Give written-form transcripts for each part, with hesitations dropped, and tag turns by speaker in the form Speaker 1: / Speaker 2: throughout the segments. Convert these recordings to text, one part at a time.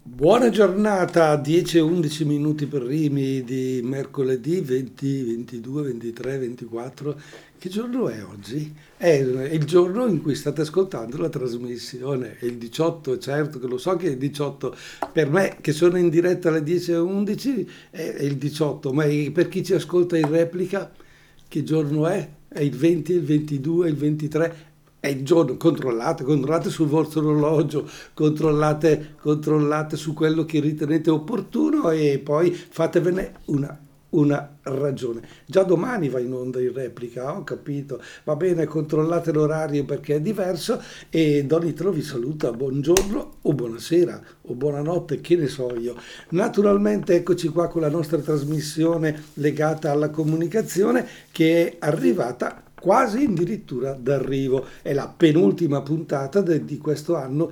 Speaker 1: Buona giornata, 10 e 11 minuti primi di mercoledì 20, 22, 23, 24. Che giorno è oggi? È il giorno in cui state ascoltando la trasmissione, è il 18, certo che lo so che è il 18, per me che sono in diretta alle 10 e 11 è il 18, ma per chi ci ascolta in replica, che giorno è? È il 20, il 22, il 23? È il giorno, controllate sul vostro orologio, controllate su quello che ritenete opportuno e poi fatevene una ragione. Già domani va in onda in replica, ho capito, va bene, controllate l'orario perché è diverso e Don Italo vi saluta, buongiorno o buonasera o buonanotte, che ne so io. Naturalmente eccoci qua con la nostra trasmissione legata alla comunicazione che è arrivata quasi addirittura d'arrivo. È la penultima puntata di questo anno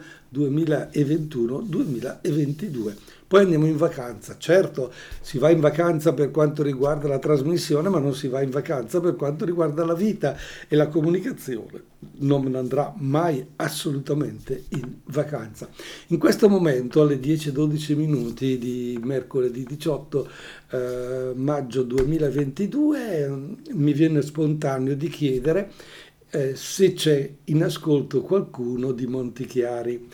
Speaker 1: 2021-2022. Poi andiamo in vacanza. Certo, si va in vacanza per quanto riguarda la trasmissione, ma non si va in vacanza per quanto riguarda la vita e la comunicazione. Non andrà mai assolutamente in vacanza. In questo momento, alle 10:12 minuti di mercoledì 18 maggio 2022, mi viene spontaneo di chiedere se c'è in ascolto qualcuno di Montichiari,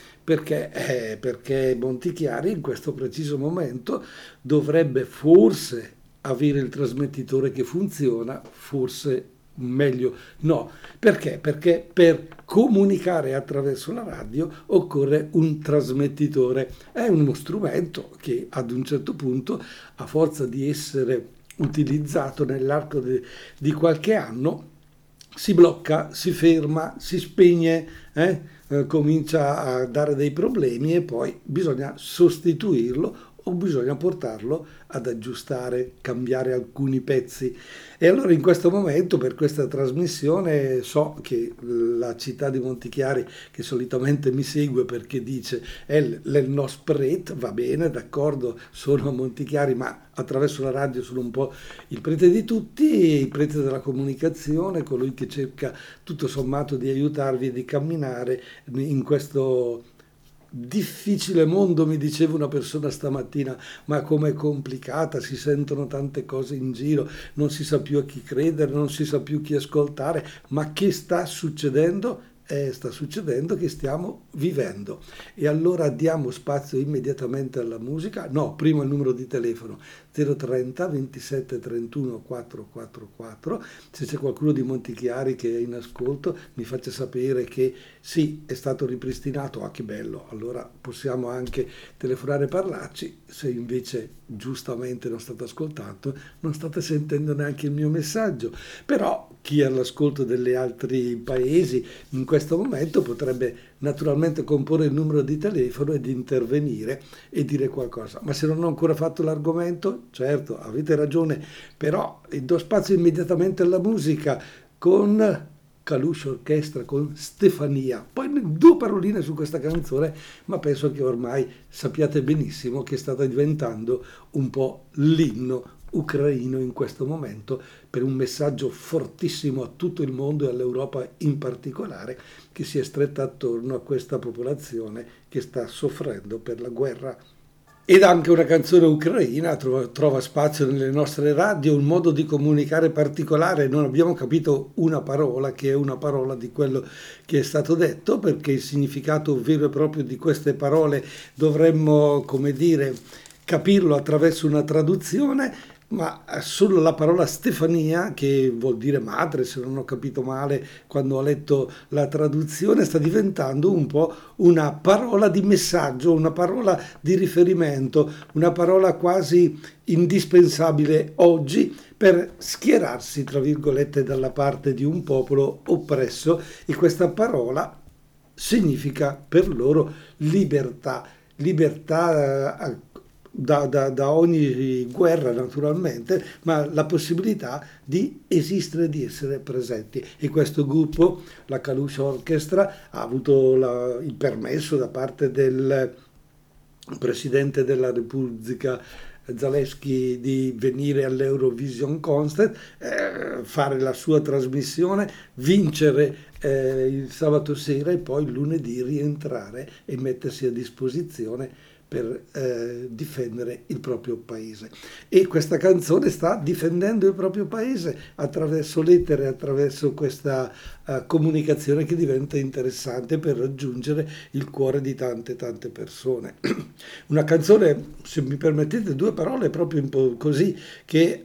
Speaker 1: perché Montichiari in questo preciso momento dovrebbe forse avere il trasmettitore che funziona, forse meglio no. Perché? Perché per comunicare attraverso la radio occorre un trasmettitore. È uno strumento che ad un certo punto, a forza di essere utilizzato nell'arco di qualche anno, si blocca, si ferma, si spegne, comincia a dare dei problemi e poi bisogna sostituirlo o bisogna portarlo ad aggiustare, cambiare alcuni pezzi. E allora in questo momento, per questa trasmissione, so che la città di Montichiari, che solitamente mi segue perché dice è il nostro prete, va bene, d'accordo, sono a Montichiari, ma attraverso la radio sono un po' il prete di tutti, il prete della comunicazione, colui che cerca tutto sommato di aiutarvi e di camminare in questo difficile mondo, mi diceva una persona stamattina, ma com'è complicata, si sentono tante cose in giro, non si sa più a chi credere, non si sa più chi ascoltare, ma che sta succedendo? Sta succedendo che stiamo vivendo. E allora diamo spazio immediatamente alla musica. No, prima il numero di telefono 030 27 31 444. Se c'è qualcuno di Montichiari che è in ascolto, mi faccia sapere che sì, è stato ripristinato. Ah, che bello! Allora possiamo anche telefonare e parlarci. Se invece giustamente non state ascoltando, non state sentendo neanche il mio messaggio. Però chi è all'ascolto degli altri paesi in questo momento potrebbe naturalmente comporre il numero di telefono ed intervenire e dire qualcosa. Ma se non ho ancora fatto l'argomento, certo, avete ragione, però do spazio immediatamente alla musica con Kalush Orchestra, con Stefania. Poi due paroline su questa canzone, ma penso che ormai sappiate benissimo che è stata diventando un po' l'inno ucraino in questo momento, per un messaggio fortissimo a tutto il mondo e all'Europa in particolare, che si è stretta attorno a questa popolazione che sta soffrendo per la guerra. Ed anche una canzone ucraina trova spazio nelle nostre radio, un modo di comunicare particolare. Non abbiamo capito una parola, che è una parola di quello che è stato detto, perché il significato vero e proprio di queste parole dovremmo, come dire, capirlo attraverso una traduzione, ma solo la parola Stefania, che vuol dire madre, se non ho capito male quando ho letto la traduzione, sta diventando un po' una parola di messaggio, una parola di riferimento, una parola quasi indispensabile oggi per schierarsi, tra virgolette, dalla parte di un popolo oppresso, e questa parola significa per loro libertà, libertà da ogni guerra naturalmente, ma la possibilità di esistere, di essere presenti. E questo gruppo, la Kalush Orchestra, ha avuto il permesso da parte del Presidente della Repubblica Zalewski di venire all'Eurovision Contest, fare la sua trasmissione, vincere il sabato sera e poi il lunedì rientrare e mettersi a disposizione per difendere il proprio paese. E questa canzone sta difendendo il proprio paese attraverso lettere, attraverso questa comunicazione che diventa interessante per raggiungere il cuore di tante tante persone. Una canzone, se mi permettete, due parole proprio un po' così, che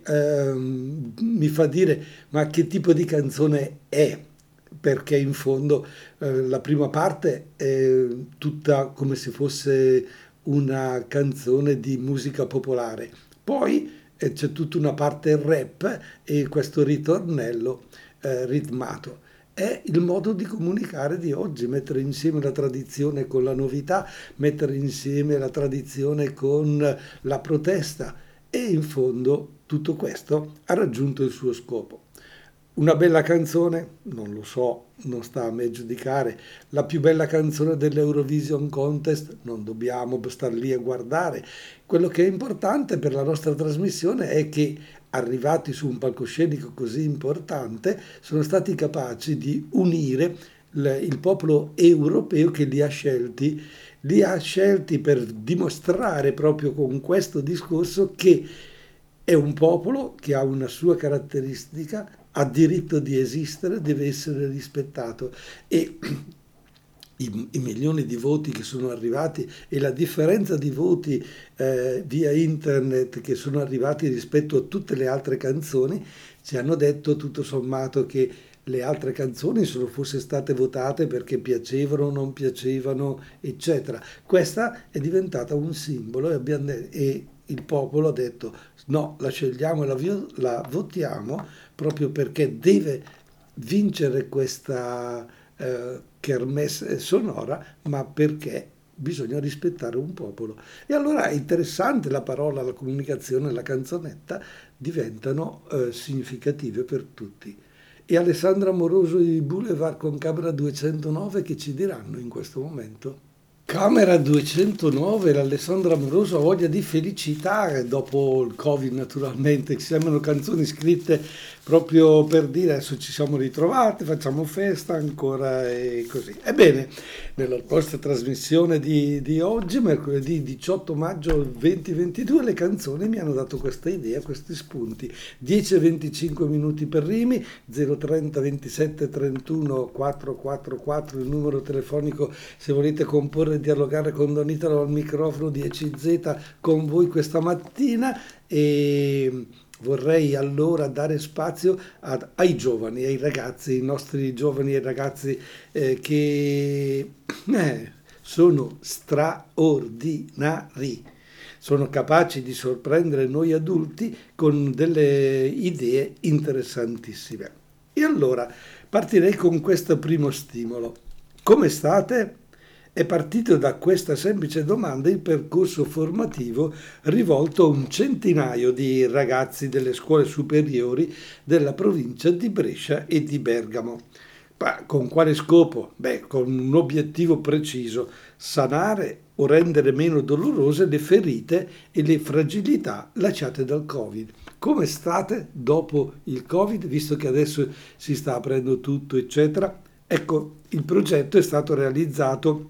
Speaker 1: mi fa dire ma che tipo di canzone è? Perché in fondo la prima parte è tutta come se fosse una canzone di musica popolare, poi c'è tutta una parte rap e questo ritornello ritmato. È il modo di comunicare di oggi, mettere insieme la tradizione con la novità, mettere insieme la tradizione con la protesta e in fondo tutto questo ha raggiunto il suo scopo. Una bella canzone? Non lo so, non sta a me giudicare. La più bella canzone dell'Eurovision Contest? Non dobbiamo star lì a guardare. Quello che è importante per la nostra trasmissione è che, arrivati su un palcoscenico così importante, sono stati capaci di unire il popolo europeo che li ha scelti per dimostrare proprio con questo discorso che è un popolo che ha una sua caratteristica, ha diritto di esistere, deve essere rispettato e i milioni di voti che sono arrivati e la differenza di voti via internet che sono arrivati rispetto a tutte le altre canzoni ci hanno detto tutto sommato che le altre canzoni sono forse state votate perché piacevano o non piacevano, eccetera. Questa è diventata un simbolo e il popolo ha detto no, la scegliamo e la votiamo proprio perché deve vincere questa kermesse sonora, ma perché bisogna rispettare un popolo. E allora è interessante la parola, la comunicazione, la canzonetta diventano significative per tutti. E Alessandra Moroso di Boulevard con Camera 209 che ci diranno in questo momento? Camera 209, l'Alessandra Amoroso ha voglia di felicità dopo il Covid naturalmente, ci sembrano canzoni scritte proprio per dire adesso ci siamo ritrovate, facciamo festa ancora e così. Ebbene, nella nostra trasmissione di oggi, mercoledì 18 maggio 2022, le canzoni mi hanno dato questa idea, questi spunti. 10 e 25 minuti per Rimi, 030 27 31 444 il numero telefonico se volete comporre e dialogare con Don Italo al microfono di ECZ con voi questa mattina e vorrei allora dare spazio ai giovani, ai ragazzi, i nostri giovani e ragazzi che sono straordinari, sono capaci di sorprendere noi adulti con delle idee interessantissime. E allora partirei con questo primo stimolo. Come state? È partito da questa semplice domanda il percorso formativo rivolto a un centinaio di ragazzi delle scuole superiori della provincia di Brescia e di Bergamo. Ma con quale scopo? Con un obiettivo preciso: sanare o rendere meno dolorose le ferite e le fragilità lasciate dal Covid. Come state dopo il Covid, visto che adesso si sta aprendo tutto, eccetera? Ecco, il progetto è stato realizzato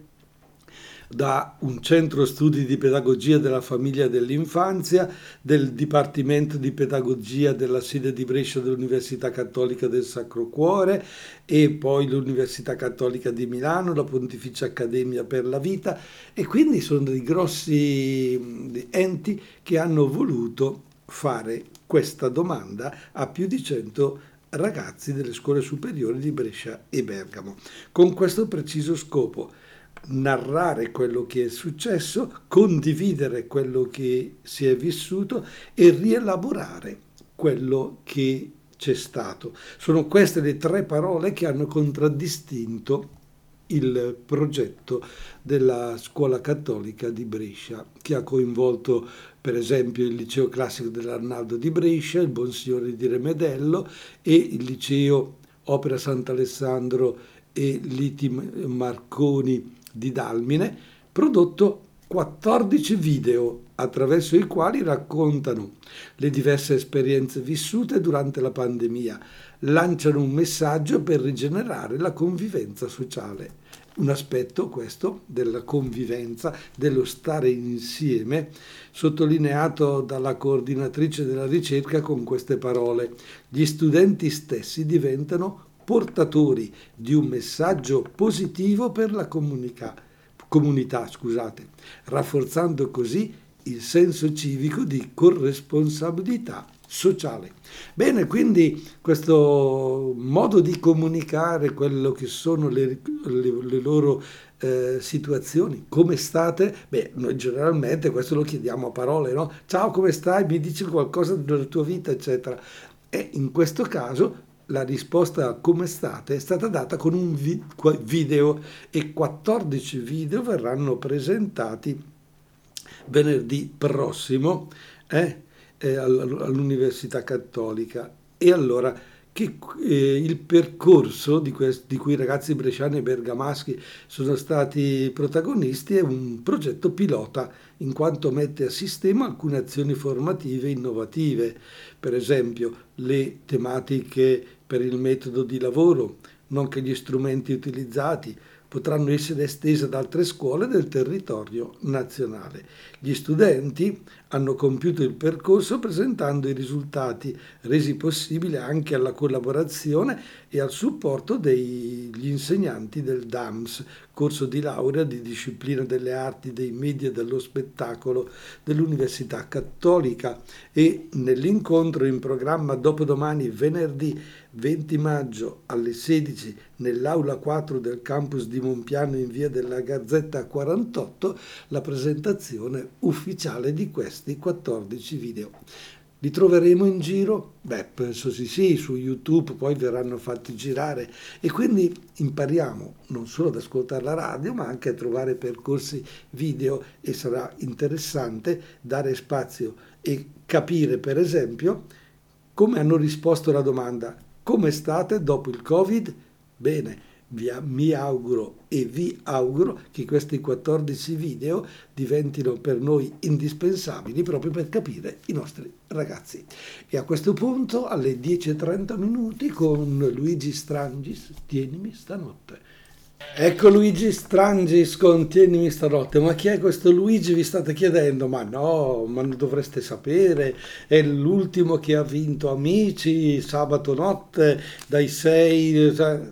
Speaker 1: da un centro studi di pedagogia della famiglia e dell'infanzia, del Dipartimento di Pedagogia della sede di Brescia dell'Università Cattolica del Sacro Cuore e poi l'Università Cattolica di Milano, la Pontificia Accademia per la Vita e quindi sono dei grossi enti che hanno voluto fare questa domanda a più di 100 ragazzi delle scuole superiori di Brescia e Bergamo, con questo preciso scopo: narrare quello che è successo, condividere quello che si è vissuto e rielaborare quello che c'è stato. Sono queste le tre parole che hanno contraddistinto il progetto della Scuola Cattolica di Brescia, che ha coinvolto per esempio il Liceo Classico dell'Arnaldo di Brescia, il Bonsignore di Remedello e il Liceo Opera Sant'Alessandro e Liti Marconi di Dalmine, prodotto 14 video attraverso i quali raccontano le diverse esperienze vissute durante la pandemia, lanciano un messaggio per rigenerare la convivenza sociale. Un aspetto, questo, della convivenza, dello stare insieme, sottolineato dalla coordinatrice della ricerca con queste parole. Gli studenti stessi diventano portatori di un messaggio positivo per la comunità, rafforzando così il senso civico di corresponsabilità sociale. Bene, quindi questo modo di comunicare quello che sono le loro situazioni, come state? Beh, noi generalmente questo lo chiediamo a parole, no? Ciao, come stai? Mi dici qualcosa della tua vita, eccetera. E in questo caso la risposta a come state è stata data con un video, e 14 video verranno presentati venerdì prossimo all'Università Cattolica. E allora il percorso di cui i ragazzi bresciani e bergamaschi sono stati protagonisti è un progetto pilota, in quanto mette a sistema alcune azioni formative innovative, per esempio le tematiche per il metodo di lavoro, nonché gli strumenti utilizzati potranno essere estese ad altre scuole del territorio nazionale. Gli studenti hanno compiuto il percorso presentando i risultati, resi possibili anche alla collaborazione e al supporto degli insegnanti del DAMS, corso di laurea di disciplina delle arti, dei media e dello spettacolo dell'Università Cattolica. E nell'incontro in programma dopodomani, venerdì 20 maggio alle 16 nell'aula 4 del campus di Monpiano in via della Gazzetta 48, la presentazione ufficiale di questi 14 video. Li troveremo in giro? Beh, penso sì, su YouTube poi verranno fatti girare, e quindi impariamo non solo ad ascoltare la radio ma anche a trovare percorsi video, e sarà interessante dare spazio e capire, per esempio, come hanno risposto alla domanda: come state dopo il Covid? Bene, mi auguro e vi auguro che questi 14 video diventino per noi indispensabili proprio per capire i nostri ragazzi. E a questo punto, alle 10:30 minuti, con Luigi Strangis, Tienimi stanotte. Ecco Luigi Strangis con Tienimi stanotte. Ma chi è questo Luigi, vi state chiedendo? Ma no, ma lo dovreste sapere, è l'ultimo che ha vinto Amici sabato notte dai 6.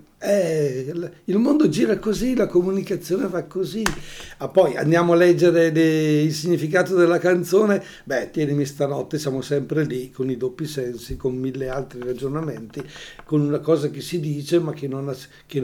Speaker 1: Il mondo gira così, la comunicazione va così. Poi andiamo a leggere il significato della canzone. Beh, Tienimi stanotte, siamo sempre lì con i doppi sensi, con mille altri ragionamenti, con una cosa che si dice ma che non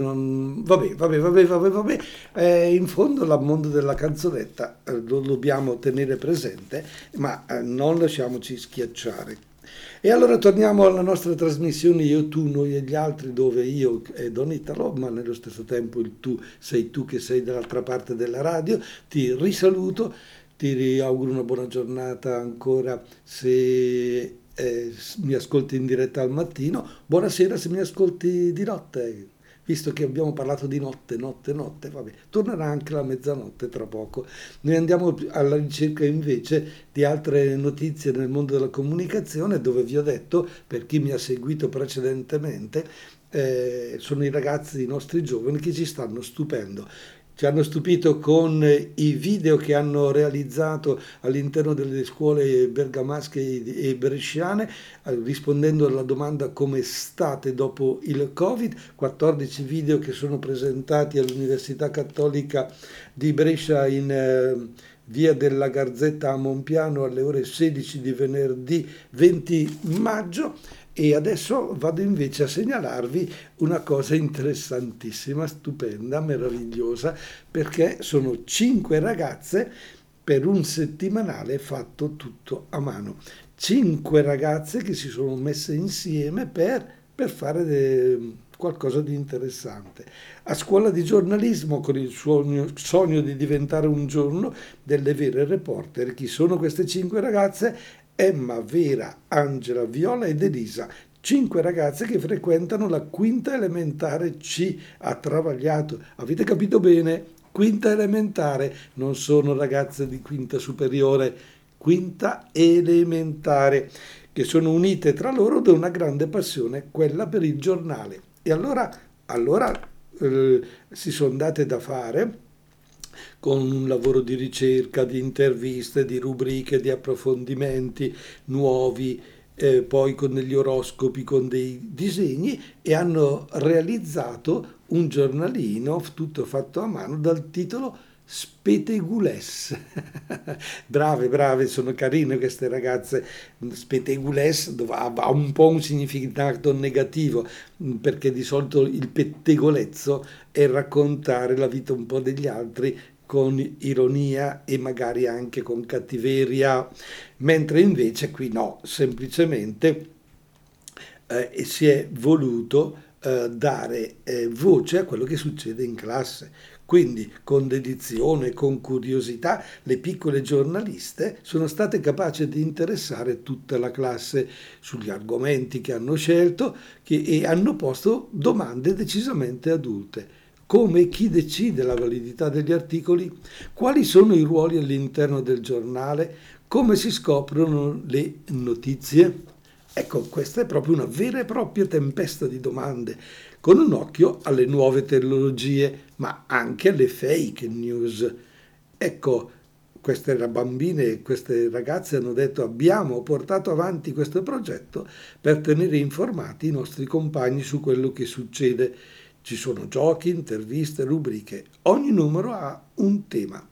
Speaker 1: vabbè. In fondo il mondo della canzonetta lo dobbiamo tenere presente, ma non lasciamoci schiacciare. E allora torniamo alla nostra trasmissione Io, tu, noi e gli altri, dove io e Don Italo, ma nello stesso tempo il tu che sei dall'altra parte della radio, ti risaluto, ti auguro una buona giornata ancora se mi ascolti in diretta al mattino, buonasera se mi ascolti di notte. Visto che abbiamo parlato di notte, vabbè, tornerà anche la mezzanotte tra poco. Noi andiamo alla ricerca invece di altre notizie nel mondo della comunicazione, dove vi ho detto, per chi mi ha seguito precedentemente, sono i ragazzi, i nostri giovani, che ci stanno stupendo. Ci hanno stupito con i video che hanno realizzato all'interno delle scuole bergamasche e bresciane, rispondendo alla domanda come state dopo il Covid. 14 video che sono presentati all'Università Cattolica di Brescia in via della Garzetta a Monpiano alle ore 16 di venerdì 20 maggio. E adesso vado invece a segnalarvi una cosa interessantissima, stupenda, meravigliosa, perché sono 5 ragazze per un settimanale fatto tutto a mano. 5 ragazze che si sono messe insieme per fare qualcosa di interessante. A scuola di giornalismo, con il sogno di diventare un giorno delle vere reporter. Chi sono queste 5 ragazze? Emma, Vera, Angela, Viola ed Elisa, 5 ragazze che frequentano la quinta elementare C a Travagliato. Avete capito bene? Quinta elementare, non sono ragazze di quinta superiore, quinta elementare, che sono unite tra loro da una grande passione, quella per il giornale. E allora si sono date da fare con un lavoro di ricerca, di interviste, di rubriche, di approfondimenti nuovi, poi con degli oroscopi, con dei disegni, e hanno realizzato un giornalino tutto fatto a mano dal titolo Spetegules. Brave, brave, sono carine queste ragazze. Spetegules ha un po' un significato negativo, perché di solito il pettegolezzo è raccontare la vita un po' degli altri con ironia e magari anche con cattiveria, mentre invece qui no, semplicemente si è voluto dare voce a quello che succede in classe. Quindi con dedizione, con curiosità, le piccole giornaliste sono state capaci di interessare tutta la classe sugli argomenti che hanno scelto e hanno posto domande decisamente adulte. Come chi decide la validità degli articoli? Quali sono i ruoli all'interno del giornale? Come si scoprono le notizie? Ecco, questa è proprio una vera e propria tempesta di domande, con un occhio alle nuove tecnologie, ma anche alle fake news. Ecco, queste bambine, queste ragazze hanno detto: abbiamo portato avanti questo progetto per tenere informati i nostri compagni su quello che succede. Ci sono giochi, interviste, rubriche. Ogni numero ha un tema.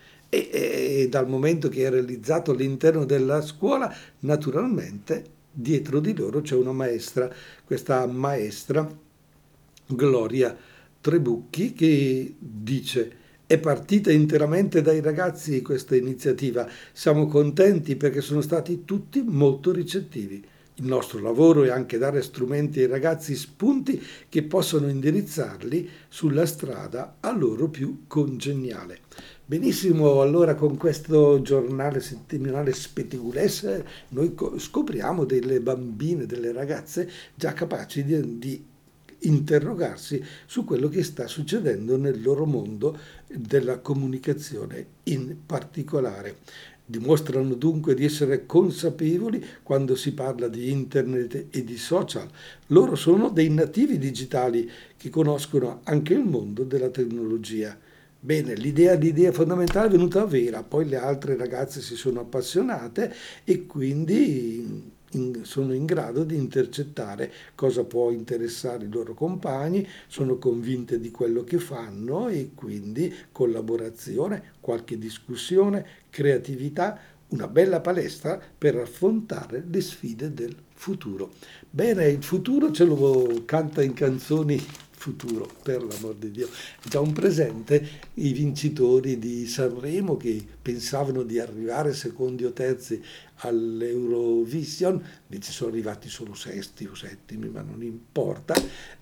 Speaker 1: E dal momento che è realizzato all'interno della scuola, naturalmente dietro di loro c'è una maestra, questa maestra Gloria Trebucchi, che dice: è partita interamente dai ragazzi questa iniziativa, siamo contenti perché sono stati tutti molto ricettivi. Il nostro lavoro è anche dare strumenti ai ragazzi, spunti che possono indirizzarli sulla strada a loro più congeniale. Benissimo, allora con questo giornale settimanale Spetegules noi scopriamo delle bambine, delle ragazze già capaci di interrogarsi su quello che sta succedendo nel loro mondo della comunicazione in particolare. Dimostrano dunque di essere consapevoli quando si parla di internet e di social. Loro sono dei nativi digitali che conoscono anche il mondo della tecnologia. Bene, l'idea fondamentale è venuta vera, poi le altre ragazze si sono appassionate e quindi sono in grado di intercettare cosa può interessare i loro compagni, sono convinte di quello che fanno e quindi collaborazione, qualche discussione, creatività, una bella palestra per affrontare le sfide del futuro. Bene, il futuro ce lo canta in canzoni futuro, per l'amor di Dio. È già un presente i vincitori di Sanremo che pensavano di arrivare secondi o terzi all'Eurovision, invece sono arrivati solo sesti o settimi, ma non importa,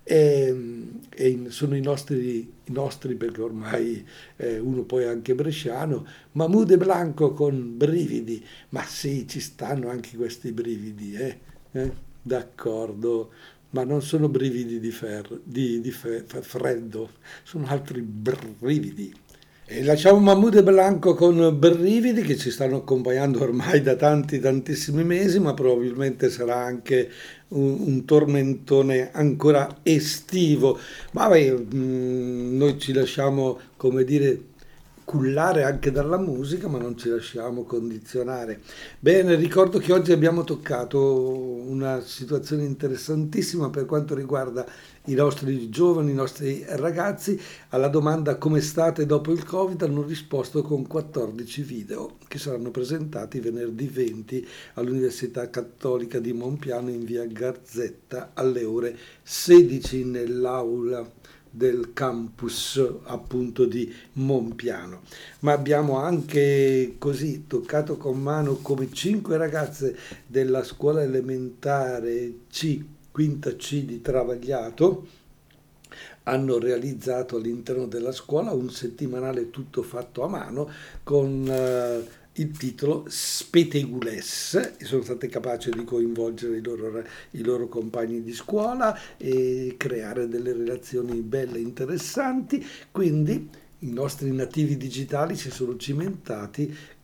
Speaker 1: sono i nostri perché ormai uno poi è anche bresciano, Mahmood e Blanco con Brividi, ma sì, ci stanno anche questi brividi, d'accordo, ma non sono brividi di freddo, sono altri brividi. E lasciamo Mahmood e Blanco con Brividi che ci stanno accompagnando ormai da tantissimi mesi, ma probabilmente sarà anche un tormentone ancora estivo. Ma beh, noi ci lasciamo, come dire, cullare anche dalla musica, ma non ci lasciamo condizionare. Bene, ricordo che oggi abbiamo toccato una situazione interessantissima per quanto riguarda i nostri giovani, i nostri ragazzi. Alla domanda come state dopo il Covid hanno risposto con 14 video che saranno presentati venerdì 20 all'Università Cattolica di Monpiano in via Garzetta alle ore 16 nell'aula del campus appunto di Monpiano. Ma abbiamo anche così toccato con mano come 5 ragazze della scuola elementare C, quinta C di Travagliato, hanno realizzato all'interno della scuola un settimanale tutto fatto a mano con il titolo Spetegules, e sono state capaci di coinvolgere i loro compagni di scuola e creare delle relazioni belle e interessanti. Quindi i nostri nativi digitali si sono cimentati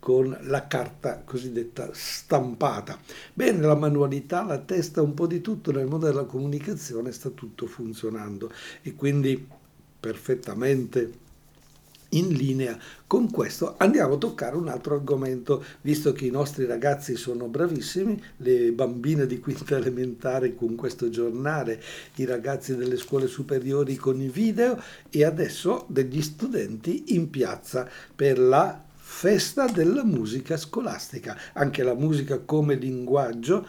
Speaker 1: con la carta cosiddetta stampata. Bene, la manualità, la testa, un po' di tutto nel mondo della comunicazione sta tutto funzionando e quindi perfettamente in linea con questo andiamo a toccare un altro argomento, visto che i nostri ragazzi sono bravissimi, le bambine di quinta elementare con questo giornale, i ragazzi delle scuole superiori con i video e adesso degli studenti in piazza per la festa della musica scolastica, anche la musica come linguaggio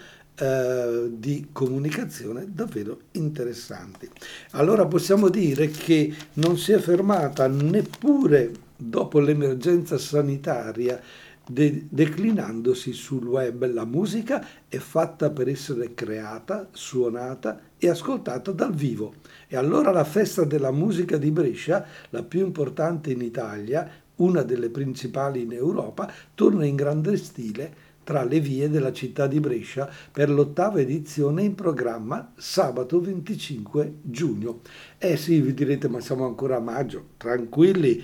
Speaker 1: di comunicazione davvero interessanti. Allora possiamo dire che non si è fermata neppure dopo l'emergenza sanitaria declinandosi sul web. La musica è fatta per essere creata, suonata e ascoltata dal vivo. E allora la festa della musica di Brescia, la più importante in Italia, una delle principali in Europa, torna in grande stile tra le vie della città di Brescia per l'8ª edizione in programma sabato 25 giugno. Eh sì, vi direte, ma siamo ancora a maggio, tranquilli,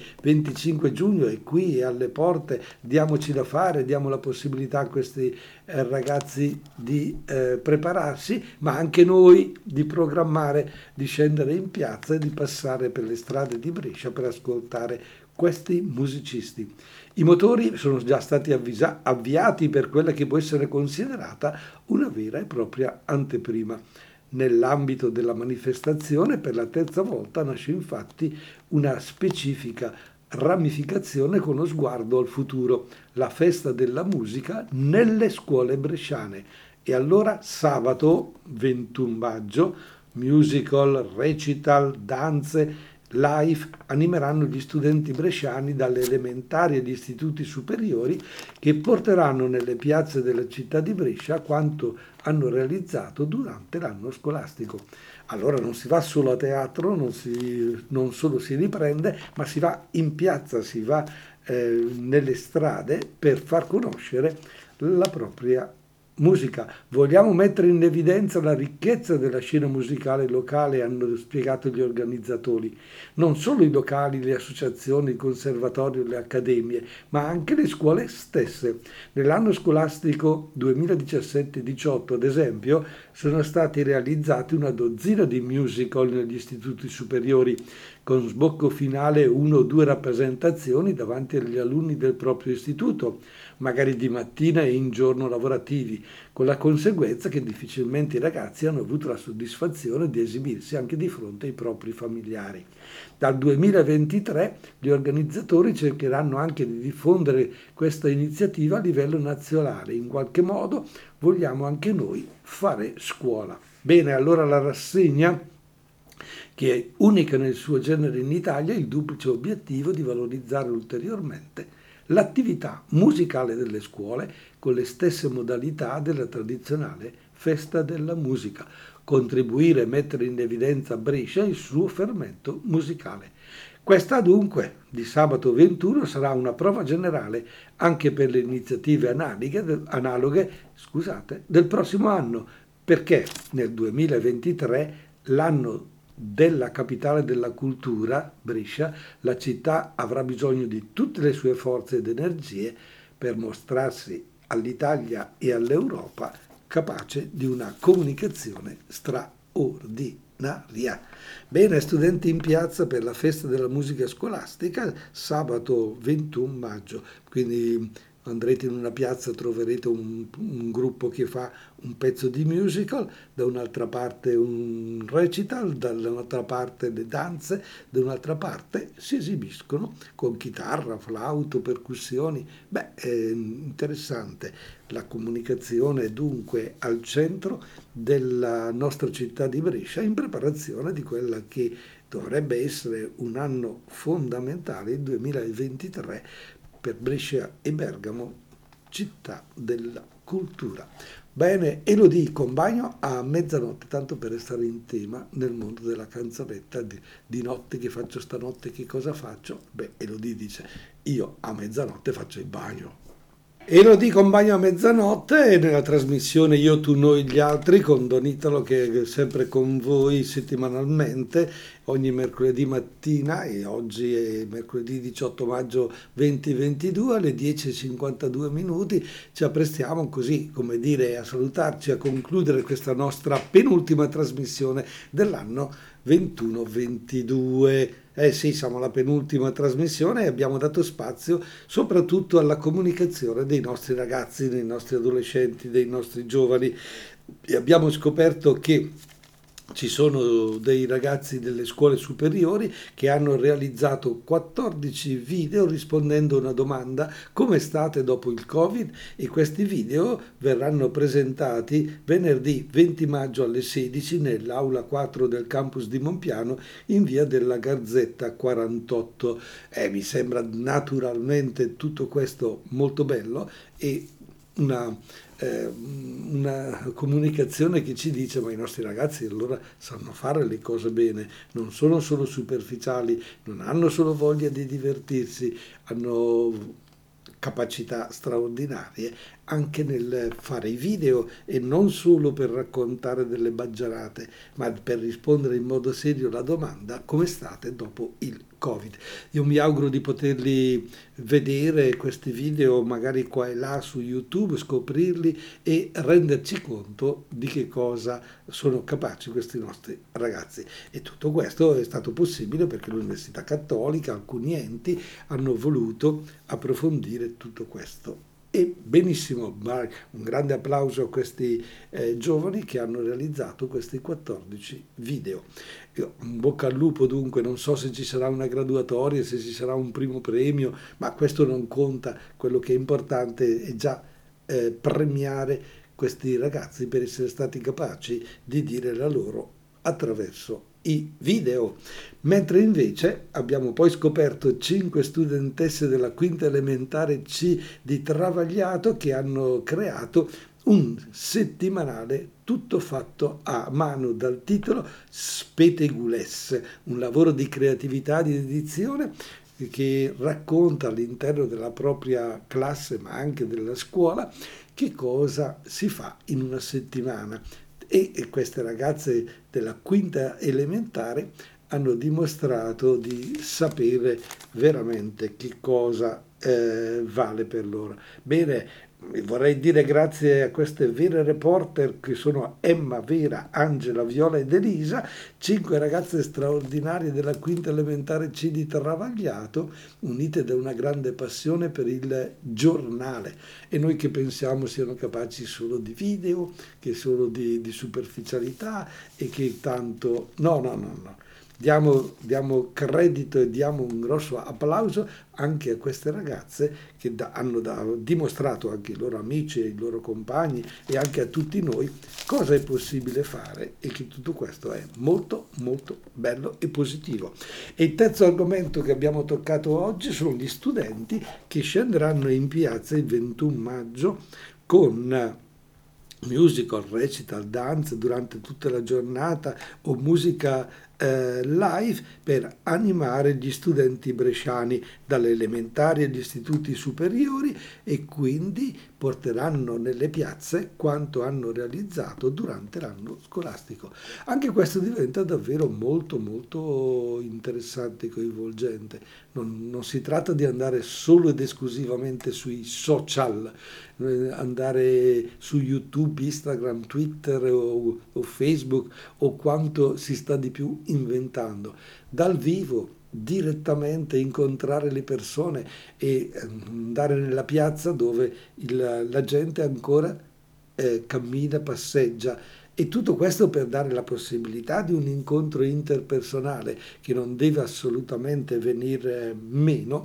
Speaker 1: 25 giugno è qui, è alle porte, diamoci da fare, diamo la possibilità a questi ragazzi di prepararsi, ma anche noi di programmare, di scendere in piazza e di passare per le strade di Brescia per ascoltare questi musicisti. I motori sono già stati avviati per quella che può essere considerata una vera e propria anteprima. Nell'ambito della manifestazione, per la terza volta, nasce infatti una specifica ramificazione con lo sguardo al futuro, la festa della musica nelle scuole bresciane. E allora sabato 21 maggio, musical, recital, danze, live animeranno gli studenti bresciani dalle elementari agli istituti superiori che porteranno nelle piazze della città di Brescia quanto hanno realizzato durante l'anno scolastico. Allora non si va solo a teatro, non solo si riprende, ma si va in piazza, si va nelle strade per far conoscere la propria musica. Vogliamo mettere in evidenza la ricchezza della scena musicale locale, hanno spiegato gli organizzatori. Non solo i locali, le associazioni, i conservatori, le accademie, ma anche le scuole stesse. Nell'anno scolastico 2017-18, ad esempio, sono stati realizzati una dozzina di musical negli istituti superiori, con sbocco finale 1 o 2 rappresentazioni davanti agli alunni del proprio istituto, magari di mattina e in giorno lavorativi, con la conseguenza che difficilmente i ragazzi hanno avuto la soddisfazione di esibirsi anche di fronte ai propri familiari. Dal 2023 gli organizzatori cercheranno anche di diffondere questa iniziativa a livello nazionale. In qualche modo vogliamo anche noi fare scuola. Bene, allora la rassegna, che è unica nel suo genere in Italia, ha il duplice obiettivo di valorizzare ulteriormente l'attività musicale delle scuole con le stesse modalità della tradizionale festa della musica, contribuire a mettere in evidenza Brescia e il suo fermento musicale. Questa dunque di sabato 21 sarà una prova generale anche per le iniziative analoghe del prossimo anno, perché nel 2023, l'anno della capitale della cultura, Brescia, la città avrà bisogno di tutte le sue forze ed energie per mostrarsi all'Italia e all'Europa capace di una comunicazione straordinaria. Bene, studenti in piazza per la festa della musica scolastica sabato 21 maggio, quindi andrete in una piazza, troverete un gruppo che fa un pezzo di musical, da un'altra parte un recital, dall'altra parte le danze, da un'altra parte si esibiscono con chitarra, flauto, percussioni. Beh, è interessante. La comunicazione è dunque al centro della nostra città di Brescia in preparazione di quella che dovrebbe essere un anno fondamentale, il 2023, per Brescia e Bergamo, città della cultura. Bene, Elodie con Bagno a mezzanotte, tanto per restare in tema nel mondo della canzonetta di notte, che faccio stanotte, che cosa faccio? Beh, Elodie dice, io a mezzanotte faccio il bagno. E lo dico in bagno a mezzanotte nella trasmissione Io, tu, noi, gli altri con Don Italo che è sempre con voi settimanalmente ogni mercoledì mattina e oggi è mercoledì 18 maggio 2022 alle 10:52 minuti. Ci apprestiamo così, come dire, a salutarci, a concludere questa nostra penultima trasmissione dell'anno 21-22. Eh sì, siamo alla penultima trasmissione e abbiamo dato spazio soprattutto alla comunicazione dei nostri ragazzi, dei nostri adolescenti, dei nostri giovani e abbiamo scoperto che ci sono dei ragazzi delle scuole superiori che hanno realizzato 14 video rispondendo a una domanda: come state dopo il Covid? E questi video verranno presentati venerdì 20 maggio alle 16 nell'aula 4 del campus di Monpiano in via della Garzetta 48. Mi sembra naturalmente tutto questo molto bello e una, una comunicazione che ci dice ma i nostri ragazzi allora sanno fare le cose bene, non sono solo superficiali, non hanno solo voglia di divertirsi, hanno capacità straordinarie anche nel fare i video e non solo per raccontare delle baggianate, ma per rispondere in modo serio alla domanda come state dopo il Covid. Io mi auguro di poterli vedere questi video magari qua e là su YouTube, scoprirli e renderci conto di che cosa sono capaci questi nostri ragazzi. E tutto questo è stato possibile perché l'Università Cattolica, alcuni enti hanno voluto approfondire tutto questo. E benissimo, un grande applauso a questi giovani che hanno realizzato questi 14 video. In bocca al lupo dunque, non so se ci sarà una graduatoria, se ci sarà un primo premio, ma questo non conta, quello che è importante è già premiare questi ragazzi per essere stati capaci di dire la loro attraverso i video, mentre invece abbiamo poi scoperto 5 studentesse della quinta elementare C di Travagliato che hanno creato un settimanale tutto fatto a mano dal titolo Spetegules, un lavoro di creatività di edizione che racconta all'interno della propria classe ma anche della scuola che cosa si fa in una settimana. E queste ragazze della quinta elementare hanno dimostrato di sapere veramente che cosa vale per loro. Bene, vorrei dire grazie a queste vere reporter che sono Emma, Vera, Angela, Viola ed Elisa, 5 ragazze straordinarie della quinta elementare C di Travagliato, unite da una grande passione per il giornale. E noi che pensiamo siano capaci solo di video, che solo di superficialità e che tanto... No, no, no, no. Diamo credito e diamo un grosso applauso anche a queste ragazze che hanno dimostrato anche ai loro amici, ai loro compagni e anche a tutti noi cosa è possibile fare e che tutto questo è molto molto bello e positivo. E il terzo argomento che abbiamo toccato oggi sono gli studenti che scenderanno in piazza il 21 maggio con musical, recital, dance durante tutta la giornata o musica live per animare gli studenti bresciani dalle elementari agli istituti superiori e quindi porteranno nelle piazze quanto hanno realizzato durante l'anno scolastico. Anche questo diventa davvero molto molto interessante e coinvolgente. Non si tratta di andare solo ed esclusivamente sui social, andare su YouTube, Instagram, Twitter o Facebook o quanto si sta di più inventando. Dal vivo, direttamente incontrare le persone e andare nella piazza dove la gente ancora cammina, passeggia. E tutto questo per dare la possibilità di un incontro interpersonale che non deve assolutamente venire meno,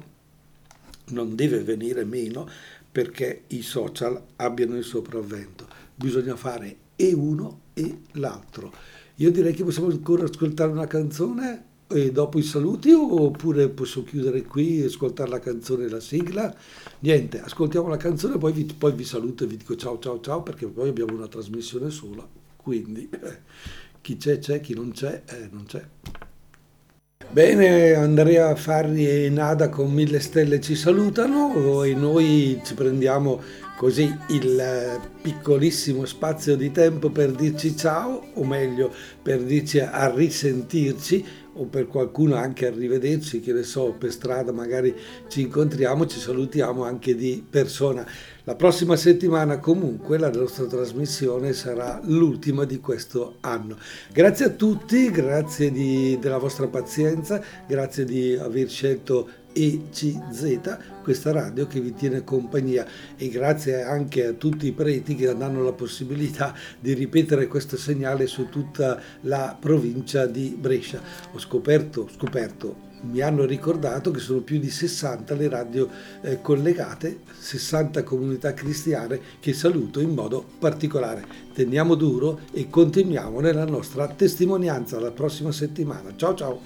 Speaker 1: non deve venire meno perché i social abbiano il sopravvento. Bisogna fare e uno e l'altro. Io direi che possiamo ancora ascoltare una canzone e dopo i saluti oppure posso chiudere qui e ascoltare la canzone e la sigla. Niente, ascoltiamo la canzone, poi vi saluto e vi dico ciao ciao ciao perché poi abbiamo una trasmissione sola. Quindi chi c'è, chi non c'è, non c'è. Bene, Andrea Farri e Nada con 1000 stelle ci salutano e noi ci prendiamo così il piccolissimo spazio di tempo per dirci ciao, o meglio per dirci a risentirci, o per qualcuno anche arrivederci, che ne so, per strada magari ci incontriamo, ci salutiamo anche di persona. La prossima settimana comunque la nostra trasmissione sarà l'ultima di questo anno. Grazie a tutti, grazie della vostra pazienza, grazie di aver scelto ECZ, questa radio che vi tiene compagnia, e grazie anche a tutti i preti che danno la possibilità di ripetere questo segnale su tutta la provincia di Brescia. Ho scoperto, mi hanno ricordato che sono più di 60 le radio collegate, 60 comunità cristiane che saluto in modo particolare. Teniamo duro e continuiamo nella nostra testimonianza la prossima settimana. Ciao ciao!